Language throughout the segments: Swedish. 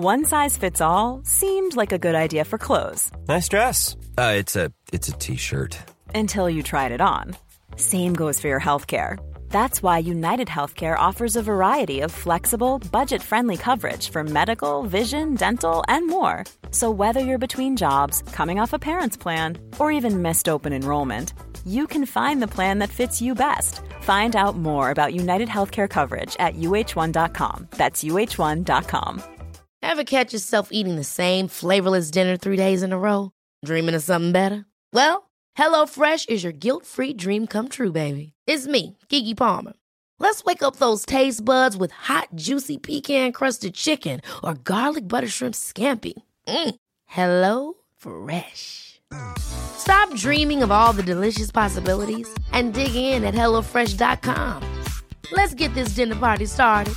One size fits all seemed like a good idea for clothes. Nice dress. It's a t-shirt. Until you tried it on. Same goes for your healthcare. That's why United Healthcare offers a variety of flexible, budget-friendly coverage for medical, vision, dental, and more. So whether you're between jobs, coming off a parent's plan, or even missed open enrollment, you can find the plan that fits you best. Find out more about United Healthcare coverage at uh1.com. That's uh1.com. Ever catch yourself eating the same flavorless dinner 3 days in a row? Dreaming of something better? Well, HelloFresh is your guilt-free dream come true, baby. It's me, Keke Palmer. Let's wake up those taste buds with hot, juicy pecan-crusted chicken or garlic butter shrimp scampi. Hello Fresh. Stop dreaming of all the delicious possibilities and dig in at HelloFresh.com. Let's get this dinner party started.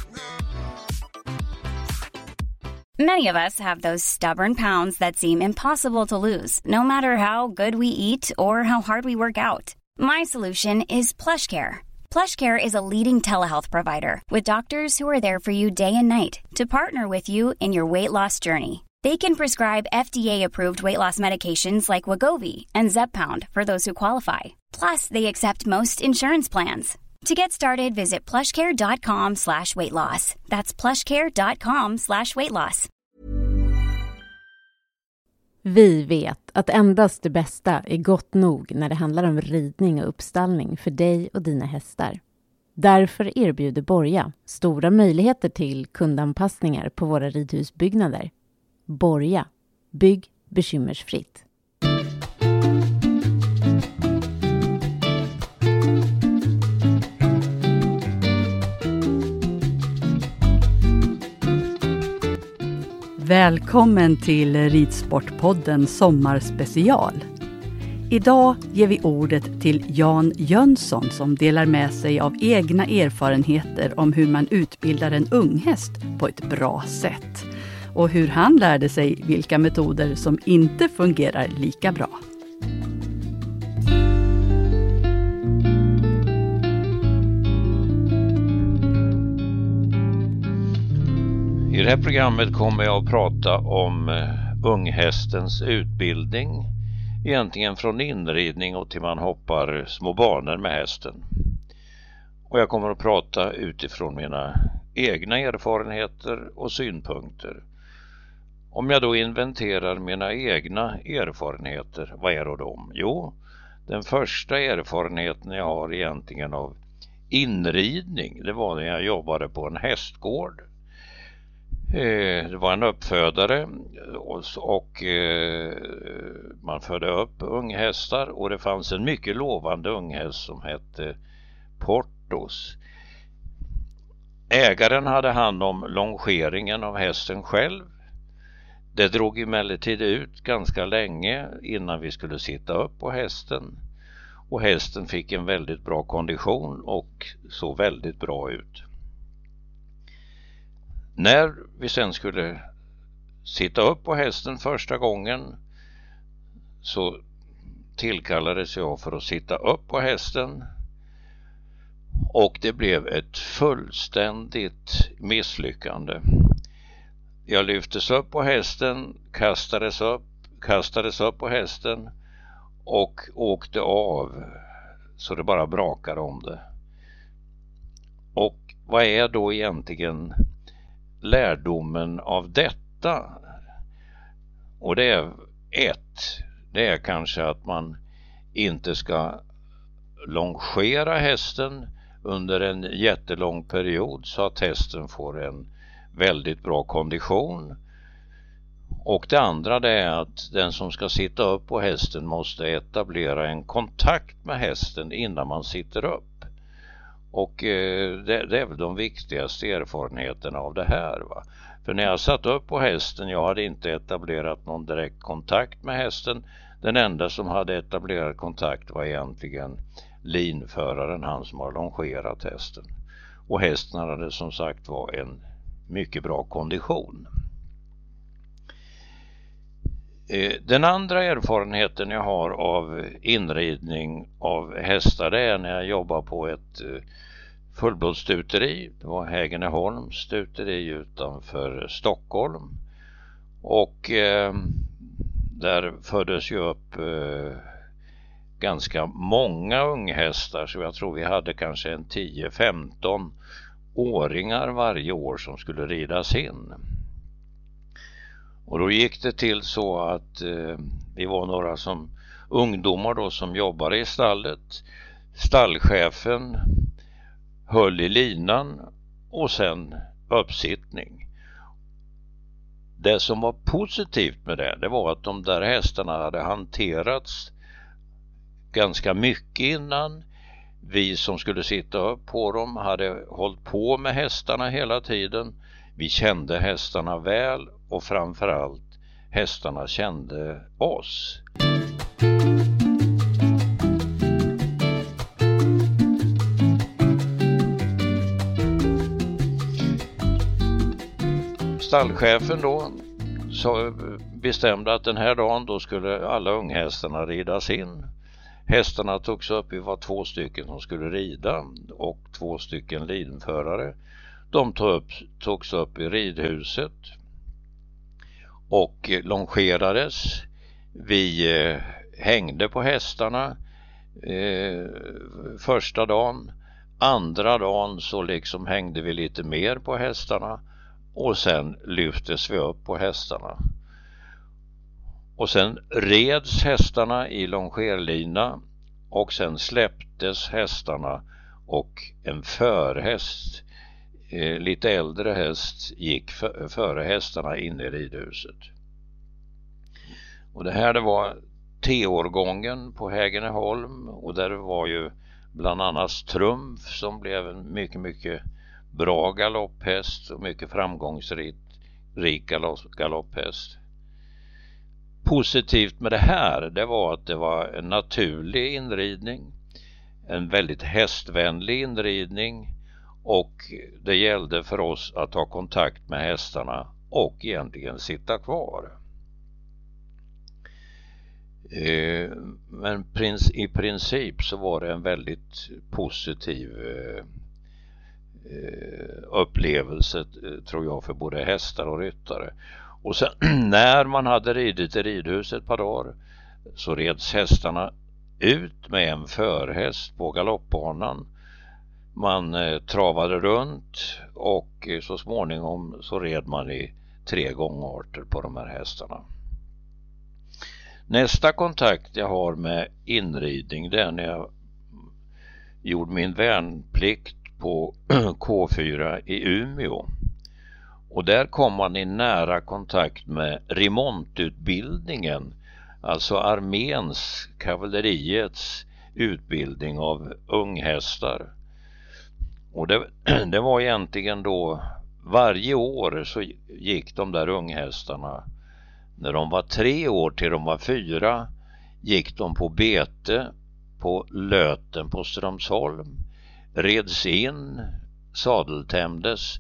Many of us have those stubborn pounds that seem impossible to lose, no matter how good we eat or how hard we work out. My solution is PlushCare. PlushCare is a leading telehealth provider with doctors who are there for you day and night to partner with you in your weight loss journey. They can prescribe FDA-approved weight loss medications like Wegovy and Zepbound for those who qualify. Plus, they accept most insurance plans. To get started, visit plushcare.com/weightloss. That's plushcare.com/weightloss. Vi vet att endast det bästa är gott nog när det handlar om ridning och uppstallning för dig och dina hästar. Därför erbjuder Borja stora möjligheter till kundanpassningar på våra ridhusbyggnader. Borja, bygg bekymmersfritt. Välkommen till Ridsportpodden Sommarspecial. Idag ger vi ordet till Jan Jönsson som delar med sig av egna erfarenheter om hur man utbildar en unghäst på ett bra sätt. Och hur han lärde sig vilka metoder som inte fungerar lika bra. I det här programmet kommer jag att prata om unghästens utbildning, egentligen från inridning och till man hoppar små banor med hästen. Och jag kommer att prata utifrån mina egna erfarenheter och synpunkter. Om jag då inventerar mina egna erfarenheter, vad är då de? Jo, den första erfarenheten jag har egentligen av inridning, det var när jag jobbade på en hästgård. Det var en uppfödare och man födde upp unghästar och det fanns en mycket lovande unghäst som hette Portos. Ägaren hade hand om longeringen av hästen själv. Det drog emellertid ut ganska länge innan vi skulle sitta upp på hästen. Och hästen fick en väldigt bra kondition och såg väldigt bra ut. När vi sen skulle sitta upp på hästen första gången så tillkallades jag för att sitta upp på hästen. Och det blev ett fullständigt misslyckande. Jag lyftes upp på hästen, kastades upp på hästen och åkte av så det bara brakade om det. Och vad är då egentligen lärdomen av detta? Och det är kanske att man inte ska longera hästen under en jättelång period så att hästen får en väldigt bra kondition. Och det andra det är att den som ska sitta upp på hästen måste etablera en kontakt med hästen innan man sitter upp. Och det är väl de viktigaste erfarenheterna av det här, va? För när jag satt upp på hästen, jag hade inte etablerat någon direkt kontakt med hästen. Den enda som hade etablerat kontakt var egentligen linföraren, han som har longerat hästen. Och hästen hade som sagt var en mycket bra kondition. Den andra erfarenheten jag har av inridning av hästar det är när jag jobbar på ett fullblodsstuteri. Det var Hägerneholms stuteri utanför Stockholm. Och där föddes ju upp ganska många unghästar, så jag tror vi hade kanske en 10-15 åringar varje år som skulle ridas in. Och då gick det till så att vi var några ungdomar då som jobbade i stallet. Stallchefen höll i linan och sen uppsittning. Det som var positivt med det var att de där hästarna hade hanterats ganska mycket innan. Vi som skulle sitta upp på dem hade hållit på med hästarna hela tiden. Vi kände hästarna väl och framförallt hästarna kände oss. Stallchefen då bestämde att den här dagen då skulle alla unghästarna ridas in. Hästarna togs upp, vi var 2 stycken som skulle rida och 2 stycken lidförare. De togs upp i ridhuset och longerades. Vi hängde på hästarna första dagen. Andra dagen så liksom hängde vi lite mer på hästarna och sen lyftes vi upp på hästarna. Och sen reds hästarna i longerlina och sen släpptes hästarna och en förhäst, lite äldre häst, gick före hästarna in i ridhuset. Och det var T-årgången på Hägerneholm, och där var ju bland annat Trumf som blev en mycket, mycket bra galopphäst och mycket framgångsrik galopphäst. Positivt med det här, det var att det var en naturlig inridning, en väldigt hästvänlig inridning, och det gällde för oss att ha kontakt med hästarna och egentligen sitta kvar. Men i princip så var det en väldigt positiv upplevelse, tror jag, för både hästar och ryttare. Och sen när man hade ridit i ridhuset ett par dagar så reds hästarna ut med en förhäst på galoppbanan. Man travade runt och så småningom så red man i 3 gångarter på de här hästarna. Nästa kontakt jag har med inridning, det är när jag gjorde min värnplikt på K4 i Umeå. Och där kom man i nära kontakt med remontutbildningen, alltså arméns, kavalleriets utbildning av unghästar. Och det var egentligen då varje år så gick de där unghästarna, när de var 3 år till de var 4, gick de på bete på Löten på Strömsholm, reds in, sadeltämdes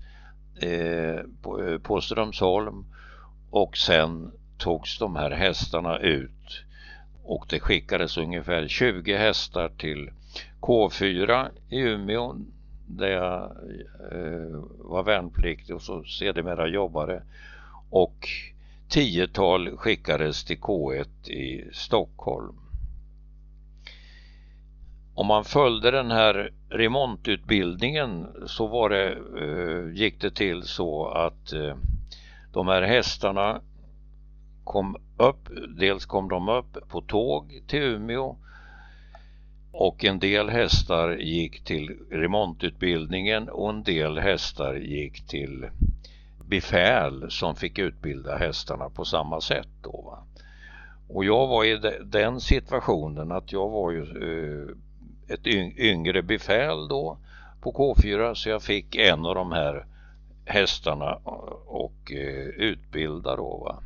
på Strömsholm, och sen togs de här hästarna ut och det skickades ungefär 20 hästar till K4 i Umeå där jag var värnpliktig och så sedermera jobbade, och 10-tal skickades till K1 i Stockholm. Om man följde den här remontutbildningen så gick det till så att de här hästarna kom de upp på tåg till Umeå, och en del hästar gick till remontutbildningen och en del hästar gick till befäl som fick utbilda hästarna på samma sätt då, va? Och jag var i den situationen att jag var ju ett yngre befäl då på K4, så jag fick en av de här hästarna och utbilda då, va.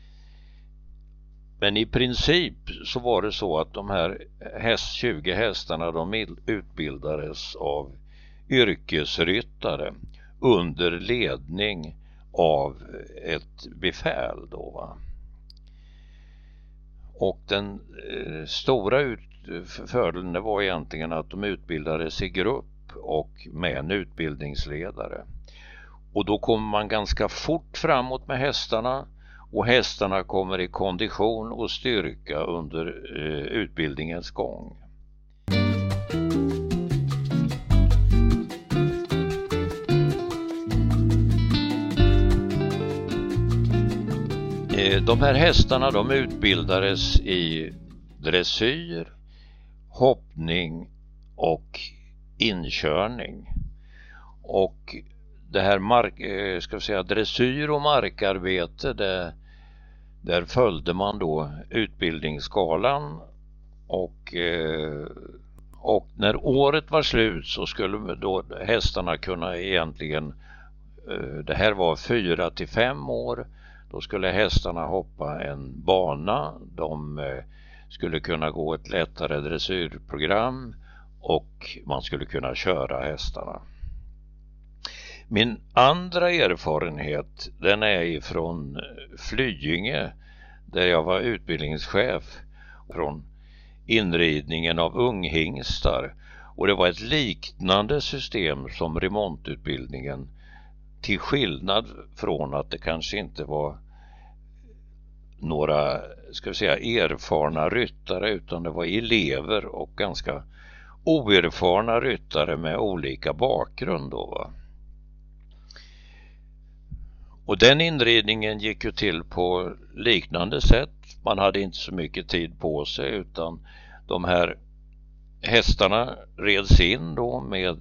Men i princip så var det så att de här 20 hästarna, de utbildades av yrkesryttare under ledning av ett befäl då, va. Och den stora fördelen var egentligen att de utbildades i grupp och med en utbildningsledare. Och då kommer man ganska fort framåt med hästarna, och hästarna kommer i kondition och styrka under utbildningens gång. De här hästarna, de utbildades i dressyr, hoppning och inkörning. Och det här dressyr och markarbete, där följde man då utbildningsskalan och när året var slut så skulle då hästarna kunna egentligen, det här var 4 till 5 år, då skulle hästarna hoppa en bana, de skulle kunna gå ett lättare dressyrprogram och man skulle kunna köra hästarna. Min andra erfarenhet, den är ifrån Flyinge, där jag var utbildningschef från inridningen av unghingstar, och det var ett liknande system som remontutbildningen, till skillnad från att det kanske inte var några, erfarna ryttare, utan det var elever och ganska oerfarna ryttare med olika bakgrund då, va. Och den inredningen gick ju till på liknande sätt. Man hade inte så mycket tid på sig, utan de här hästarna reds in då med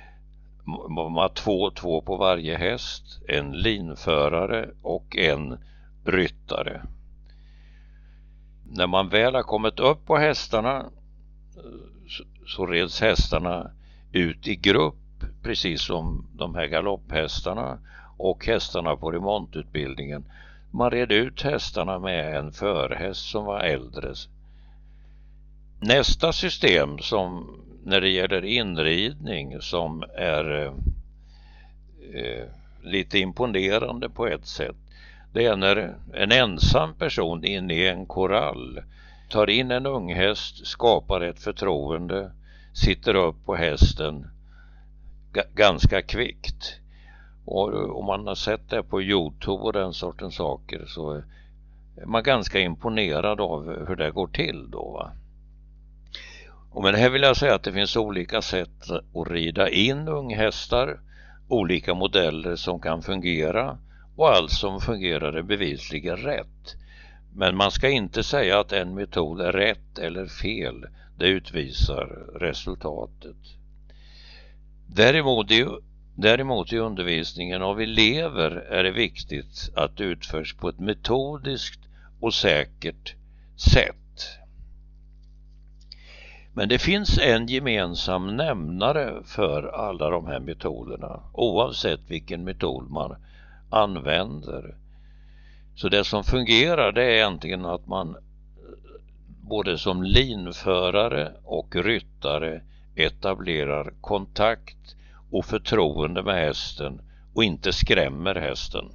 2 på varje häst, en linförare och en ryttare. När man väl har kommit upp på hästarna så reds hästarna ut i grupp, precis som de här galopphästarna och hästarna på remontutbildningen. Man red ut hästarna med en förhäst som var äldre. Nästa system, som när det gäller inridning, som är lite imponerande på ett sätt, det är när en ensam person inne i en korall tar in en ung häst, skapar ett förtroende, sitter upp på hästen ganska kvickt. Och om man har sett det på YouTube och den sortens saker, så är man ganska imponerad av hur det går till då, va. Men här vill jag säga att det finns olika sätt att rida in unghästar, olika modeller som kan fungera, och allt som fungerar är bevisligen rätt. Men man ska inte säga att en metod är rätt eller fel, det utvisar resultatet. Däremot i undervisningen av elever är det viktigt att det utförs på ett metodiskt och säkert sätt. Men det finns en gemensam nämnare för alla de här metoderna, oavsett vilken metod man använder. Så det som fungerar, det är egentligen att man både som linförare och ryttare etablerar kontakt och förtroende med hästen och inte skrämmer hästen.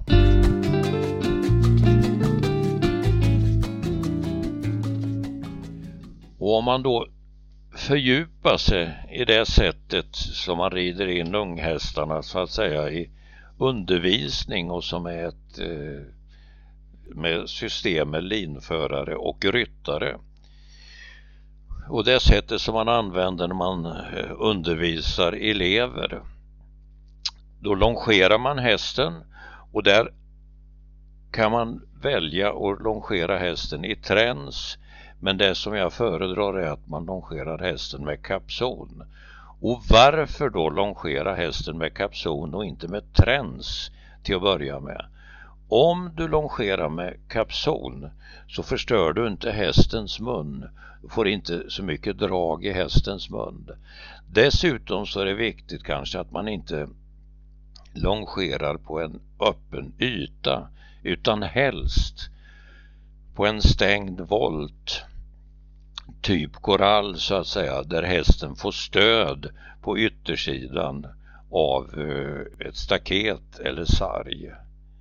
Och om man då fördjupar sig i det sättet som man rider in unghästarna, så att säga, i undervisning, och som är ett med system med linförare och ryttare, och det sättet som man använder när man undervisar elever, då longerar man hästen, och där kan man välja att longera hästen i träns, men det som jag föredrar är att man longerar hästen med kapson. Och varför då longera hästen med kapson och inte med träns till att börja med? Om du longerar med kapson så förstör du inte hästens mun. Du får inte så mycket drag i hästens mun. Dessutom så är det viktigt kanske att man inte longerar på en öppen yta, utan helst på en stängd volt, typ korall så att säga, där hästen får stöd på yttersidan av ett staket eller sarg.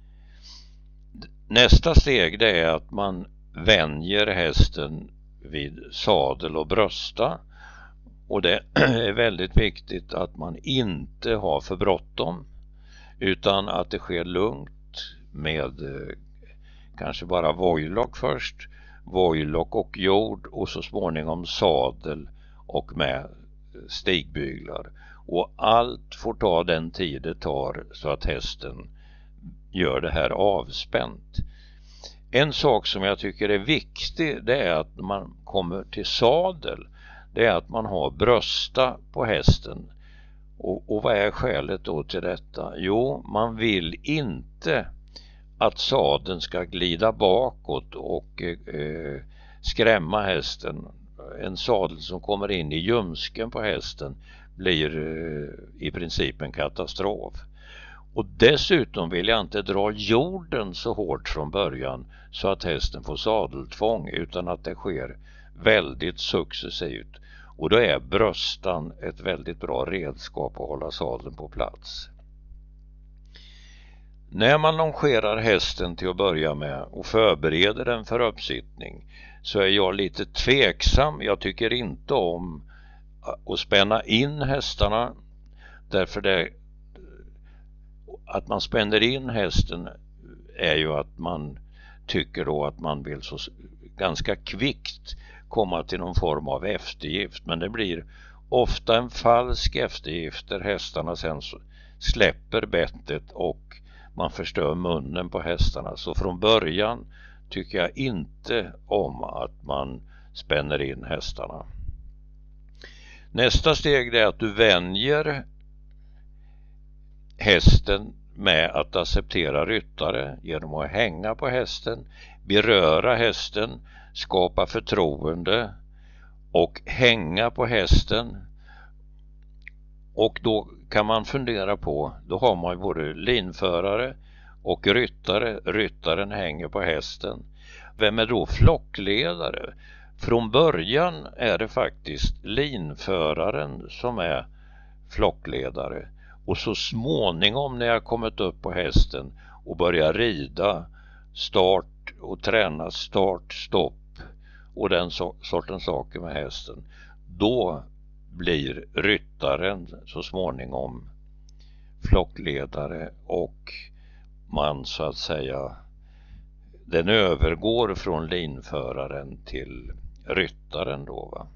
Nästa steg, det är att man vänjer hästen vid sadel och brösta, och det är väldigt viktigt att man inte har för bråttom, utan att det sker lugnt med kanske bara vojlock först, vojlock och jord och så småningom sadel och med stigbyglar. Och allt får ta den tid det tar så att hästen gör det här avspänt. En sak som jag tycker är viktig, det är att när man kommer till sadel, det är att man har brösta på hästen. Och vad är skälet då till detta? Jo, man vill inte att sadeln ska glida bakåt och skrämma hästen. En sadel som kommer in i ljumsken på hästen blir i princip en katastrof. Och dessutom vill jag inte dra jorden så hårt från början så att hästen får sadeltvång, utan att det sker väldigt successivt. Och då är bröstan ett väldigt bra redskap att hålla sadeln på plats. När man longerar hästen till att börja med och förbereder den för uppsittning så är jag lite tveksam. Jag tycker inte om att spänna in hästarna, därför att man spänner in hästen är ju att man tycker då att man vill så ganska kvickt komma till någon form av eftergift, men det blir ofta en falsk eftergift där hästarna sen släpper bettet och man förstör munnen på hästarna. Så från början tycker jag inte om att man spänner in hästarna. Nästa steg är att du vänjer hästen med att acceptera ryttare genom att hänga på hästen, beröra hästen, skapa förtroende och hänga på hästen. Och då kan man fundera på, då har man både linförare och ryttare. Ryttaren hänger på hästen. Vem är då flockledare? Från början är det faktiskt linföraren som är flockledare. Och så småningom när jag kommit upp på hästen och börjar rida, start och träna start, stopp och den sortens saker med hästen, då blir ryttaren så småningom flockledare och man så att säga, den övergår från linföraren till ryttaren då, va.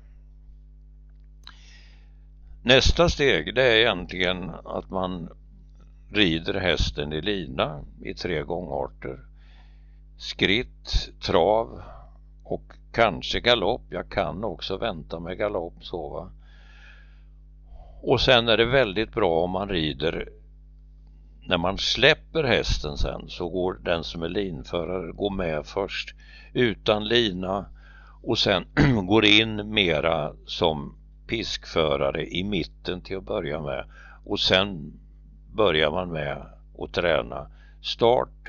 Nästa steg, det är egentligen att man rider hästen i lina i 3 gångarter. Skritt, trav och kanske galopp. Jag kan också vänta med galopp så, va. Och sen är det väldigt bra om man rider, när man släpper hästen sen så går den som är linförare går med först utan lina och sen går in mera som piskförare i mitten till att börja med, och sen börjar man med att träna start,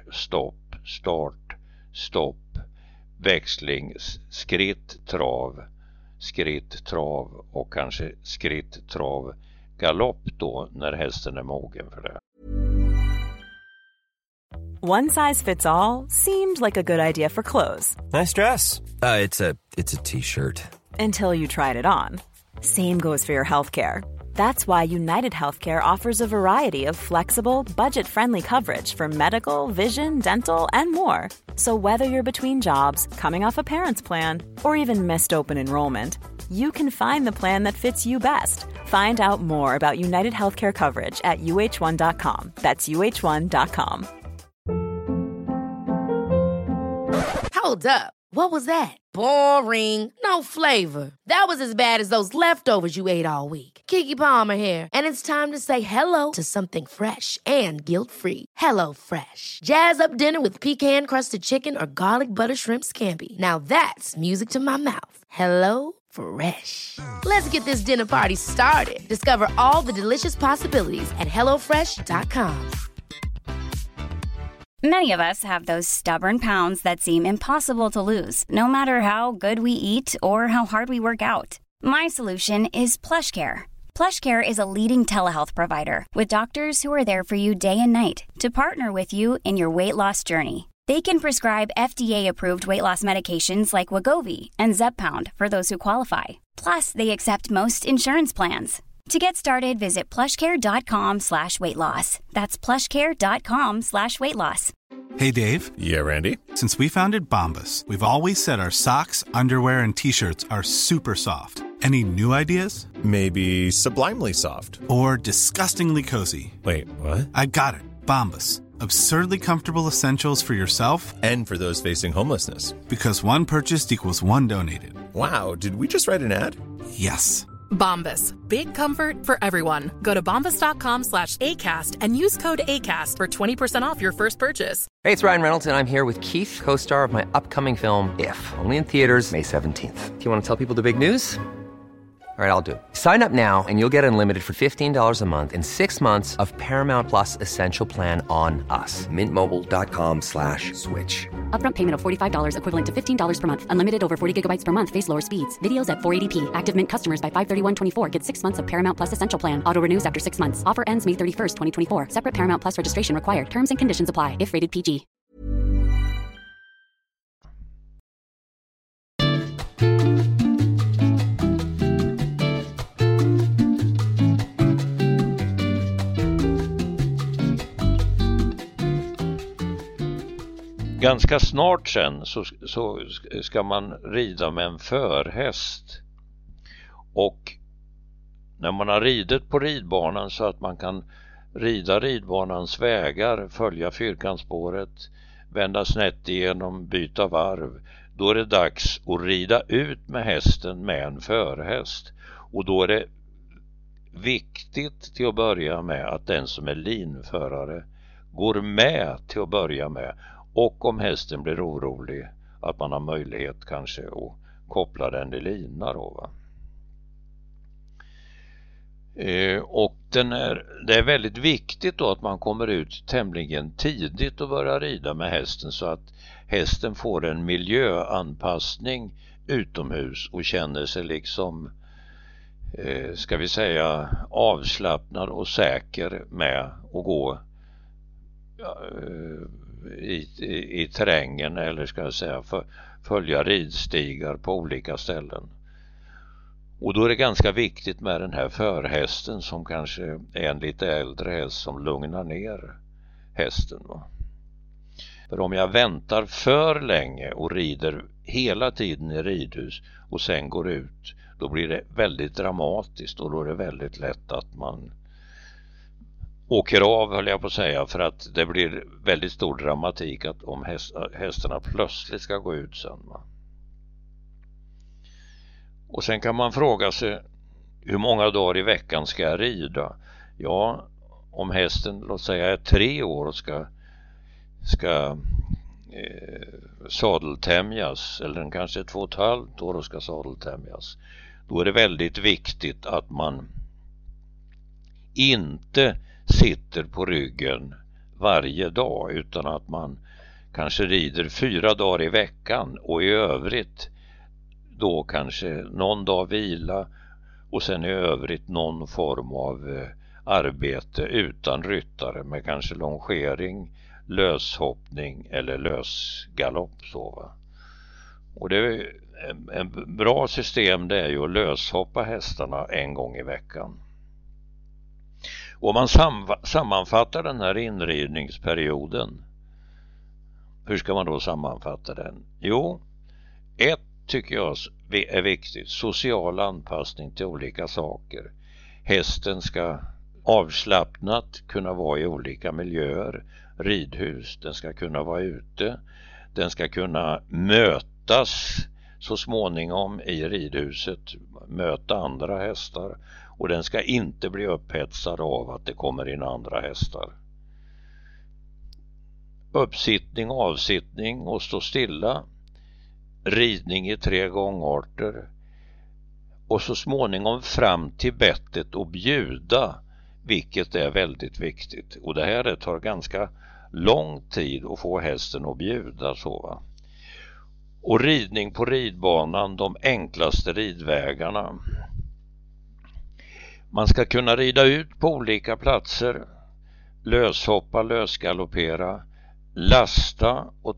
stopp, växling, skritt, trav och kanske skritt, trav, galopp då när hästen är mogen för det. One size fits all seemed like a good idea for clothes. Nice dress. It's a t-shirt. Until you tried it on. Same goes for your healthcare. That's why United Healthcare offers a variety of flexible, budget-friendly coverage for medical, vision, dental, and more. So whether you're between jobs, coming off a parent's plan, or even missed open enrollment, you can find the plan that fits you best. Find out more about United Healthcare coverage at uh1.com. That's uh1.com. Hold up. What was that? Boring. No flavor. That was as bad as those leftovers you ate all week. Keke Palmer here, and it's time to say hello to something fresh and guilt-free. Hello Fresh. Jazz up dinner with pecan-crusted chicken or garlic butter shrimp scampi. Now that's music to my mouth. Hello Fresh. Let's get this dinner party started. Discover all the delicious possibilities at hellofresh.com. Many of us have those stubborn pounds that seem impossible to lose, no matter how good we eat or how hard we work out. My solution is PlushCare. PlushCare is a leading telehealth provider with doctors who are there for you day and night to partner with you in your weight loss journey. They can prescribe FDA-approved weight loss medications like Wegovy and Zepbound for those who qualify. Plus, they accept most insurance plans. To get started, visit plushcare.com/weightloss. That's plushcare.com/weightloss. Hey, Dave. Yeah, Randy. Since we founded Bombas, we've always said our socks, underwear, and T-shirts are super soft. Any new ideas? Maybe sublimely soft. Or disgustingly cozy. Wait, what? I got it. Bombas. Absurdly comfortable essentials for yourself And for those facing homelessness. Because one purchased equals one donated. Wow, did we just write an ad? Yes. Bombas. Big comfort for everyone. Go to bombas.com/ACAST and use code ACAST for 20% off your first purchase. Hey, it's Ryan Reynolds, and I'm here with Keith, co-star of my upcoming film, If, only in theaters May 17th. Do you want to tell people the big news? All right, I'll do it. Sign up now and you'll get unlimited for $15 a month and 6 months of Paramount Plus Essential Plan on us. Mintmobile.com/switch. Upfront payment of $45 equivalent to $15 per month. Unlimited over 40 gigabytes per month. Face lower speeds. Videos at 480p. Active Mint customers by 531.24 get 6 months of Paramount Plus Essential Plan. Auto renews after 6 months. Offer ends May 31st, 2024. Separate Paramount Plus registration required. Terms and conditions apply if rated PG. Ganska snart sen så ska man rida med en förhäst, och när man har ridit på ridbanan så att man kan rida ridbanans vägar, följa fyrkantsspåret, vända snett igenom, byta varv, då är det dags att rida ut med hästen med en förhäst. Och då är det viktigt till att börja med att den som är linförare går med till att börja med. Och om hästen blir orolig, att man har möjlighet kanske att koppla den i lina då, va? Och det är väldigt viktigt då att man kommer ut tämligen tidigt och börjar rida med hästen, så att hästen får en miljöanpassning utomhus och känner sig liksom, ska vi säga, avslappnad och säker med att gå i terrängen, eller ska jag säga följa ridstigar på olika ställen. Och då är det ganska viktigt med den här förhästen som kanske är en lite äldre häst som lugnar ner hästen, va? För om jag väntar för länge och rider hela tiden i ridhus och sen går ut, då blir det väldigt dramatiskt, och då är det väldigt lätt att man åker av, höll jag på att säga, för att det blir väldigt stor dramatik att om hästarna plötsligt ska gå ut sen, va? Och sen kan man fråga sig, hur många dagar i veckan ska jag rida? Ja, om hästen, låt säga, är 3 år och ska sadeltämjas, eller den kanske är 2,5 år och ska sadeltämjas, då är det väldigt viktigt att man inte sitter på ryggen varje dag, utan att man kanske rider 4 dagar i veckan och i övrigt då kanske någon dag vila, och sen i övrigt någon form av arbete utan ryttare med kanske longering, löshoppning eller lösgalopp, så, va? Och det är en bra system, det är ju att löshoppa hästarna en gång i veckan. Och om man sammanfattar den här inridningsperioden, hur ska man då sammanfatta den? Jo, 1 tycker jag är viktigt: social anpassning till olika saker. Hästen ska avslappnat kunna vara i olika miljöer, ridhus, den ska kunna vara ute, den ska kunna mötas så småningom i ridhuset, möta andra hästar, och den ska inte bli upphetsad av att det kommer in andra hästar. Uppsittning, avsittning och stå stilla, ridning i 3 gångarter, och så småningom fram till bettet och bjuda, vilket är väldigt viktigt. Och det här tar ganska lång tid att få hästen att bjuda, så, va? Och ridning på ridbanan, de enklaste ridvägarna. Man ska kunna rida ut på olika platser, löshoppa, lösgaloppera, lasta och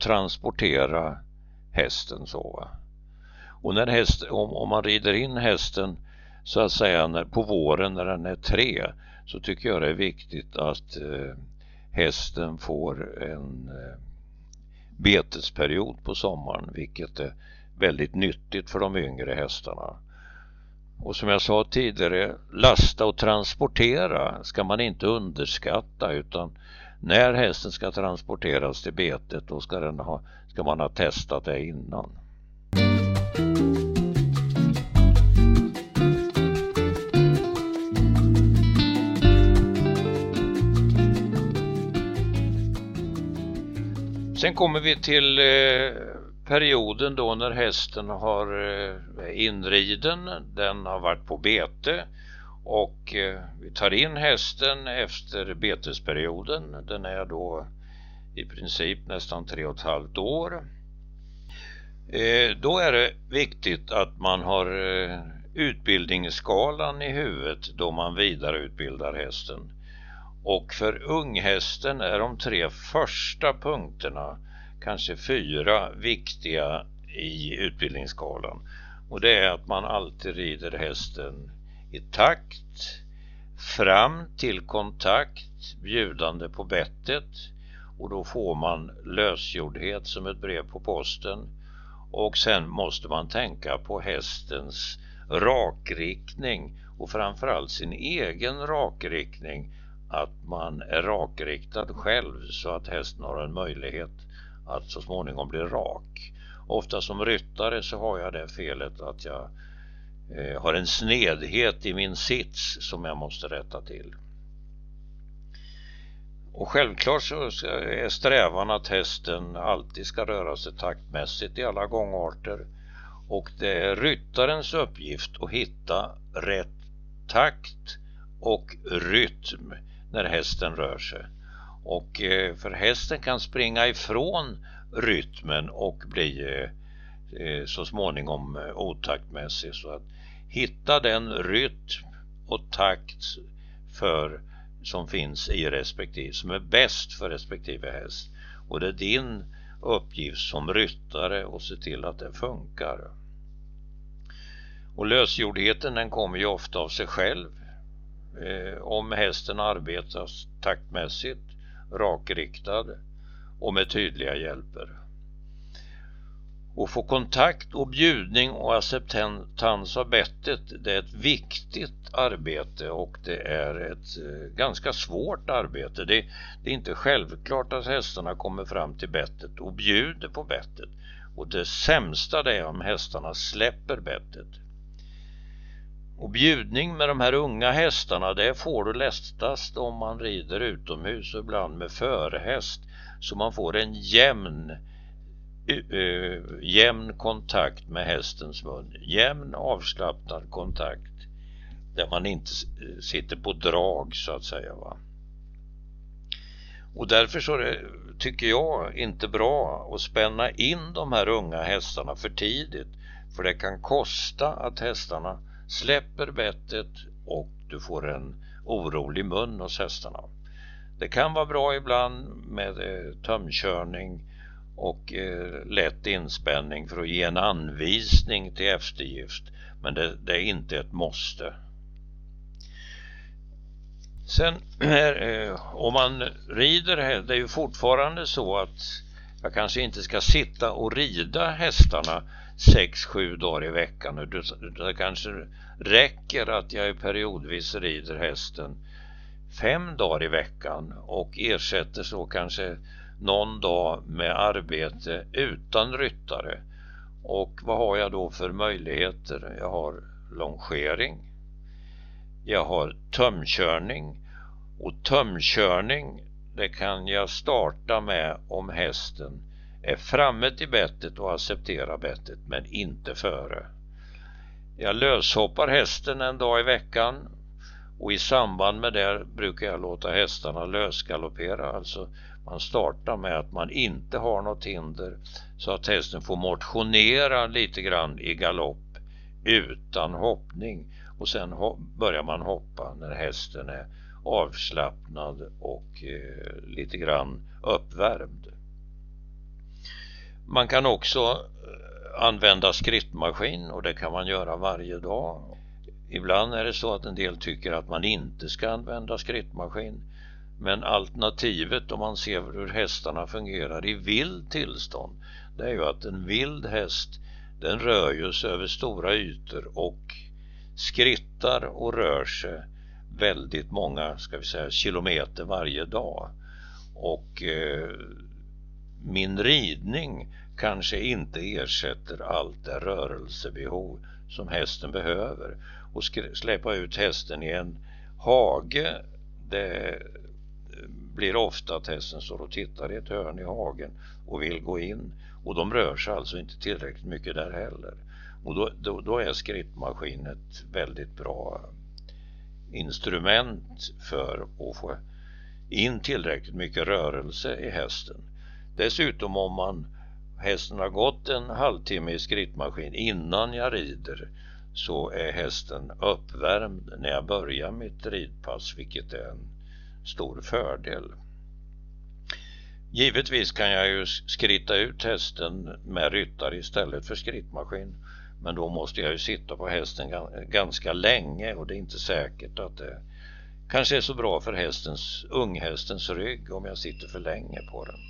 transportera hästen, så, va? Och när om man rider in hästen så att säga på våren när den är 3, så tycker jag det är viktigt att hästen får en betesperiod på sommaren, vilket är väldigt nyttigt för de yngre hästarna. Och som jag sa tidigare, lasta och transportera ska man inte underskatta, utan när hästen ska transporteras till betet, då ska man ha testat det innan. Sen kommer vi till perioden då när hästen har inriden, den har varit på bete, och vi tar in hästen efter betesperioden. Den är då i princip nästan 3,5 år. Då är det viktigt att man har utbildningsskalan i huvudet då man vidareutbildar hästen. Och för unghästen är de 3 första punkterna, kanske 4, viktiga i utbildningsskalan. Och det är att man alltid rider hästen i takt, fram till kontakt, bjudande på bettet. Och då får man lösgjordhet som ett brev på posten. Och sen måste man tänka på hästens rakriktning och framförallt sin egen rakriktning. Att man är rakriktad själv så att hästen har en möjlighet att så småningom bli rak. Ofta som ryttare så har jag det felet att jag har en snedhet i min sits som jag måste rätta till. Och självklart så är strävan att hästen alltid ska röra sig taktmässigt i alla gångarter. Och det är ryttarens uppgift att hitta rätt takt och rytm när hästen rör sig. Och för hästen kan springa ifrån rytmen och bli så småningom otaktmässig. Så att hitta den rytm och takt som finns i respektive, som är bäst för respektive häst. Och det är din uppgift som ryttare att se till att det funkar. Och lösgjordheten, den kommer ju ofta av sig själv. Om hästen arbetar taktmässigt, rakriktad och med tydliga hjälper. Och få kontakt och bjudning och acceptans av bettet, det är ett viktigt arbete och det är ett ganska svårt arbete. Det är inte självklart att hästarna kommer fram till bettet och bjuder på bettet. Och det sämsta det är om hästarna släpper bettet. Och bjudning med de här unga hästarna, det får du lättast om man rider utomhus och ibland med förhäst, så man får en jämn kontakt med hästens mun, jämn avslappnad kontakt där man inte sitter på drag så att säga, va? Och därför så tycker jag inte bra att spänna in de här unga hästarna för tidigt, för det kan kosta att hästarna släpper bettet och du får en orolig mun hos hästarna. Det kan vara bra ibland med tömkörning och lätt inspänning för att ge en anvisning till eftergift, men det är inte ett måste. Sen om man rider, det är ju fortfarande så att jag kanske inte ska sitta och rida hästarna 6-7 dagar i veckan. Det kanske räcker att jag periodvis rider hästen 5 dagar i veckan och ersätter så kanske någon dag med arbete utan ryttare. Och vad har jag då för möjligheter? Jag har longering, jag har tömkörning, och tömkörning, det kan jag starta med om hästen är framme till bettet och accepterar bettet, men inte före. Jag löshoppar hästen en dag i veckan och i samband med det brukar jag låta hästarna lösgaloppera. Alltså man startar med att man inte har något hinder så att hästen får motionera lite grann i galopp utan hoppning. Och sen börjar man hoppa när hästen är avslappnad och lite grann uppvärmd. Man kan också använda skrittmaskin och det kan man göra varje dag. ibland är det så att en del tycker att man inte ska använda skrittmaskin. Men alternativet om man ser hur hästarna fungerar i vild tillstånd, det är ju att en vild häst, den rör ju sig över stora ytor och skrittar och rör sig väldigt många, ska vi säga, kilometer varje dag. Och min ridning kanske inte ersätter allt det rörelsebehov som hästen behöver. Och släppa ut hästen i en hage, det blir ofta att hästen står och tittar i ett hörn i hagen och vill gå in. Och de rör sig alltså inte tillräckligt mycket där heller. Och då är skrittmaskin ett väldigt bra instrument för att få in tillräckligt mycket rörelse i hästen. Dessutom om hästen har gått en halvtimme i skrittmaskin innan jag rider, så är hästen uppvärmd när jag börjar mitt ridpass, vilket är en stor fördel. Givetvis kan jag ju skritta ut hästen med ryttare istället för skrittmaskin, men då måste jag ju sitta på hästen ganska länge och det är inte säkert att det kanske är så bra för unghästens rygg om jag sitter för länge på den.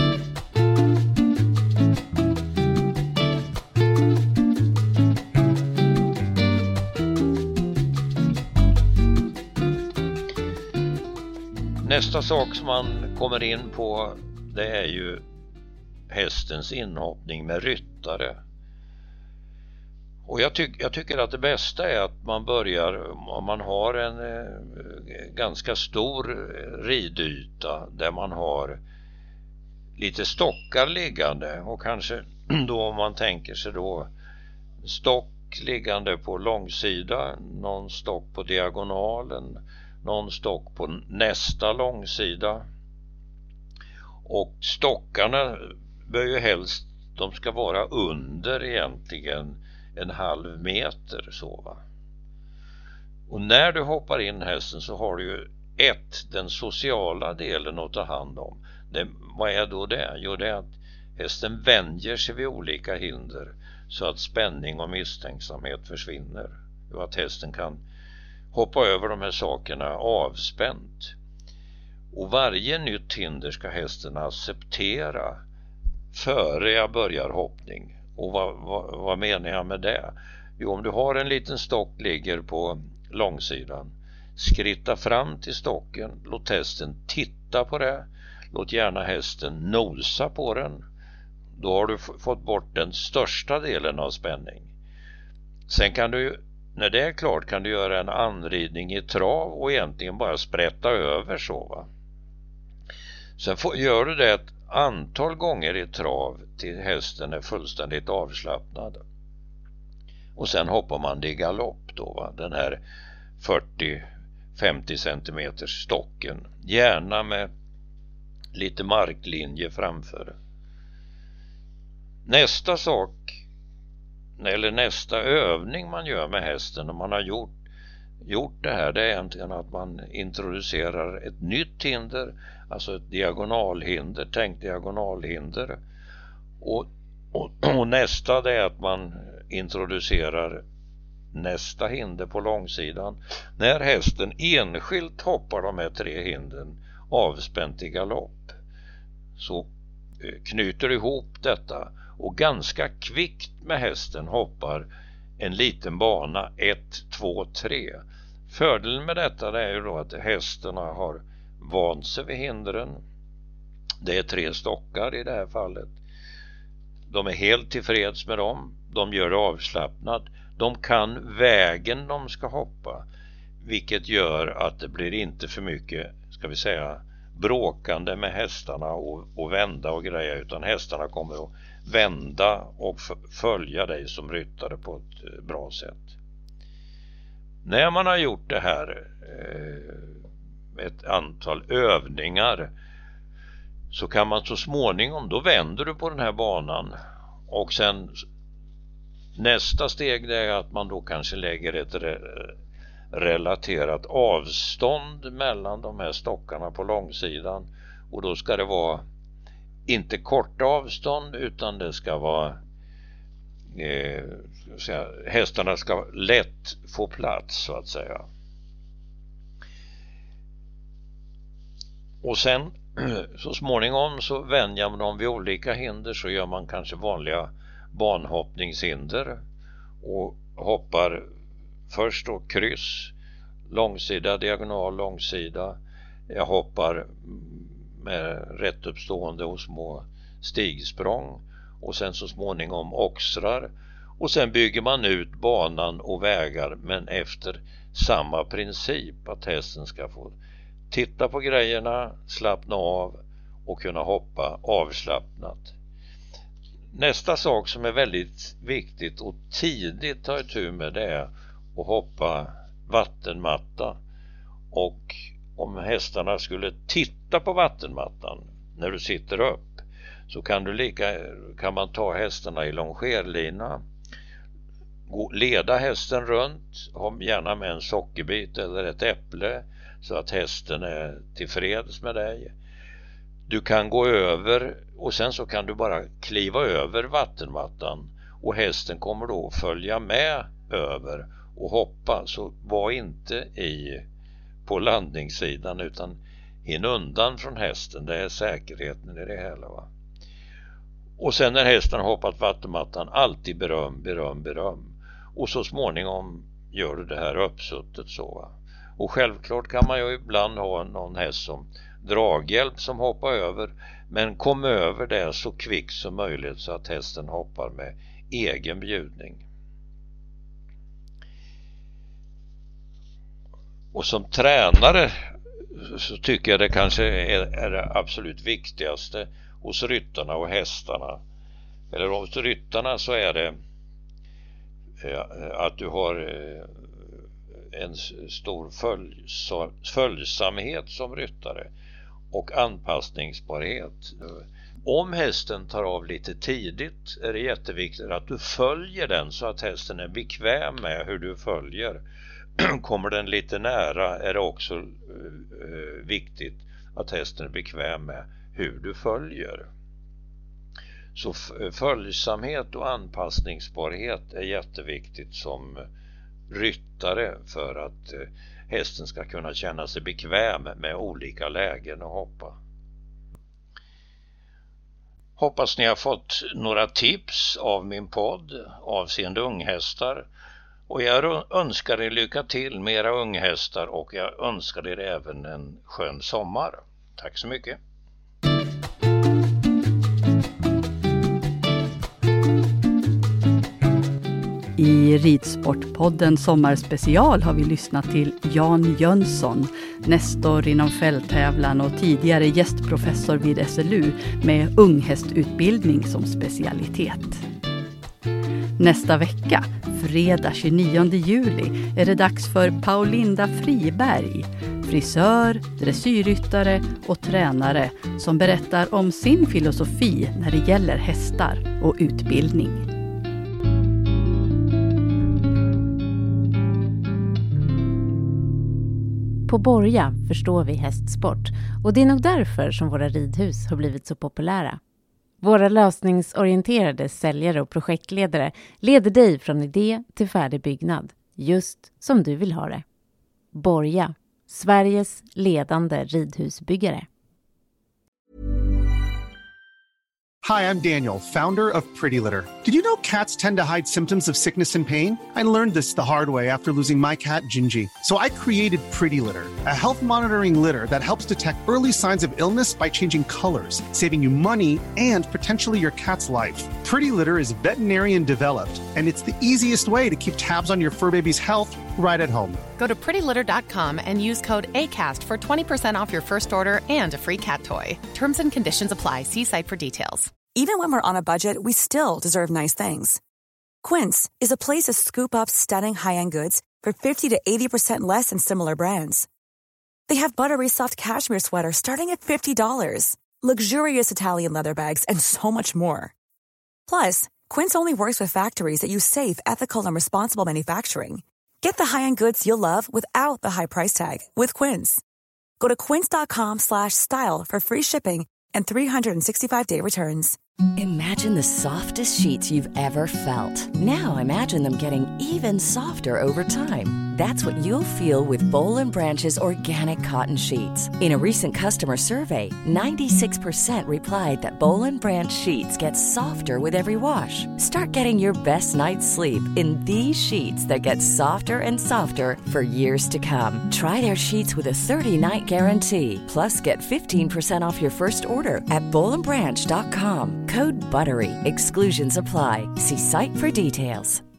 Nästa sak som man kommer in på, det är ju hästens inhoppning med ryttare. Och jag tycker att det bästa är att man börjar, om man har en ganska stor ridyta där man har lite stockar liggande, och kanske då om man tänker sig då stock liggande på långsida, någon stock på diagonalen, någon stock på nästa långsida, och stockarna bör ju helst, de ska vara under egentligen en halv meter så va. Och när du hoppar in hästen så har du ju den sociala delen att ta hand om. Vad är då det? Jo, det är att hästen vänjer sig vid olika hinder så att spänning och misstänksamhet försvinner. Och att hästen kan hoppa över de här sakerna avspänt. Och varje nytt hinder ska hästen acceptera före jag börjar hoppning. Och vad menar jag med det? Jo, om du har en liten stock ligger på långsidan, skritta fram till stocken, låt hästen titta på det, låt gärna hästen nosa på den. Då har du fått bort den största delen av spänning. Sen kan du, när det är klart, kan du göra en anridning i trav och egentligen bara sprätta över så va. Sen gör du det ett antal gånger i trav till hästen är fullständigt avslappnad. Och sen hoppar man det i galopp då va, den här 40-50 cm stocken, gärna med lite marklinje framför. Nästa sak, eller nästa övning man gör med hästen när man har gjort det här, det är egentligen att man introducerar ett nytt hinder, alltså ett diagonalhinder, tänkt diagonalhinder. Och nästa, det är att man introducerar nästa hinder på långsidan. När hästen enskilt hoppar de här 3 hindren avspänt i galopp, så knyter ihop detta och ganska kvickt med hästen hoppar en liten bana 1, 2, 3. Fördelen med detta är ju då att hästarna har vant sig vid hindren. Det är 3 stockar i det här fallet. De är helt tillfreds med dem. De gör det avslappnat. De kan vägen de ska hoppa, vilket gör att det blir inte för mycket, ska vi säga, bråkande med hästarna och vända och grejer, utan hästarna kommer att vända och följa dig som ryttare på ett bra sätt. När man har gjort det här ett antal övningar, så kan man så småningom, då vänder du på den här banan, och sen nästa steg det är att man då kanske lägger ett relaterat avstånd mellan de här stockarna på långsidan, och då ska det vara inte korta avstånd utan det ska vara hästarna ska lätt få plats så att säga. Och sen så småningom så vänjer man dem vid olika hinder, så gör man kanske vanliga banhoppningshinder och hoppar först då kryss, långsida, diagonal, långsida. Jag hoppar med rätt uppstående och små stigsprång och sen så småningom oxrar, och sen bygger man ut banan och vägar, men efter samma princip, att hästen ska få titta på grejerna, slappna av och kunna hoppa avslappnat. Nästa sak som är väldigt viktigt och tidigt ta itu med, det är att hoppa vattenmatta. Och om hästarna skulle titta på vattenmattan när du sitter upp, så kan man ta hästarna i longerlina, leda hästen runt, gärna med en sockerbit eller ett äpple, så att hästen är tillfreds med dig. Du kan gå över och sen så kan du bara kliva över vattenmattan och hästen kommer då följa med över och hoppa. Så var inte på landningssidan, utan in undan från hästen. Det är säkerheten i det hela, va? Och sen när hästen har hoppat vattenmattan, alltid beröm. Och så småningom gör du det här uppsuttet så, va? Och självklart kan man ju ibland ha någon häst som draghjälp som hoppar över, men kom över det så kvickt som möjligt så att hästen hoppar med egen bjudning. Och som tränare så tycker jag det kanske är det absolut viktigaste hos ryttarna och hästarna. Eller hos ryttarna så är det att du har en stor följsamhet som ryttare och anpassningsbarhet. Om hästen tar av lite tidigt är det jätteviktigt att du följer den så att hästen är bekväm med hur du följer. Kommer den lite nära är det också viktigt att hästen är bekväm med hur du följer. Så följsamhet och anpassningsbarhet är jätteviktigt som ryttare för att hästen ska kunna känna sig bekväm med olika lägen och hoppa. Hoppas ni har fått några tips av min podd avseende unghästar, och jag önskar er lycka till med era unghästar och jag önskar er även en skön sommar. Tack så mycket. I Ridsportpodden sommarspecial har vi lyssnat till Jan Jönsson, nestor inom fälttävlan och tidigare gästprofessor vid SLU med unghästutbildning som specialitet. Nästa vecka, fredag 29 juli, är det dags för Paulinda Friberg, frisör, dressyrryttare och tränare som berättar om sin filosofi när det gäller hästar och utbildning. På Borja förstår vi hästsport och det är nog därför som våra ridhus har blivit så populära. Våra lösningsorienterade säljare och projektledare leder dig från idé till färdig byggnad, just som du vill ha det. Borja, Sveriges ledande ridhusbyggare. Hi, I'm Daniel, founder of Pretty Litter. Did you know cats tend to hide symptoms of sickness and pain? I learned this the hard way after losing my cat, Gingy. So I created Pretty Litter, a health monitoring litter that helps detect early signs of illness by changing colors, saving you money and potentially your cat's life. Pretty Litter is veterinarian developed, and it's the easiest way to keep tabs on your fur baby's health right at home. Go to prettylitter.com and use code ACAST for 20% off your first order and a free cat toy. Terms and conditions apply. See site for details. Even when we're on a budget, we still deserve nice things. Quince is a place to scoop up stunning high-end goods for 50 to 80% less than similar brands. They have buttery soft cashmere sweaters starting at $50, luxurious Italian leather bags, and so much more. Plus, Quince only works with factories that use safe, ethical, and responsible manufacturing. Get the high-end goods you'll love without the high price tag with Quince. Go to quince.com/style for free shipping and 365-day returns. Imagine the softest sheets you've ever felt. Now imagine them getting even softer over time. That's what you'll feel with Boll & Branch's organic cotton sheets. In a recent customer survey, 96% replied that Boll & Branch sheets get softer with every wash. Start getting your best night's sleep in these sheets that get softer and softer for years to come. Try their sheets with a 30-night guarantee. Plus, get 15% off your first order at bollandbranch.com. Code BUTTERY. Exclusions apply. See site for details.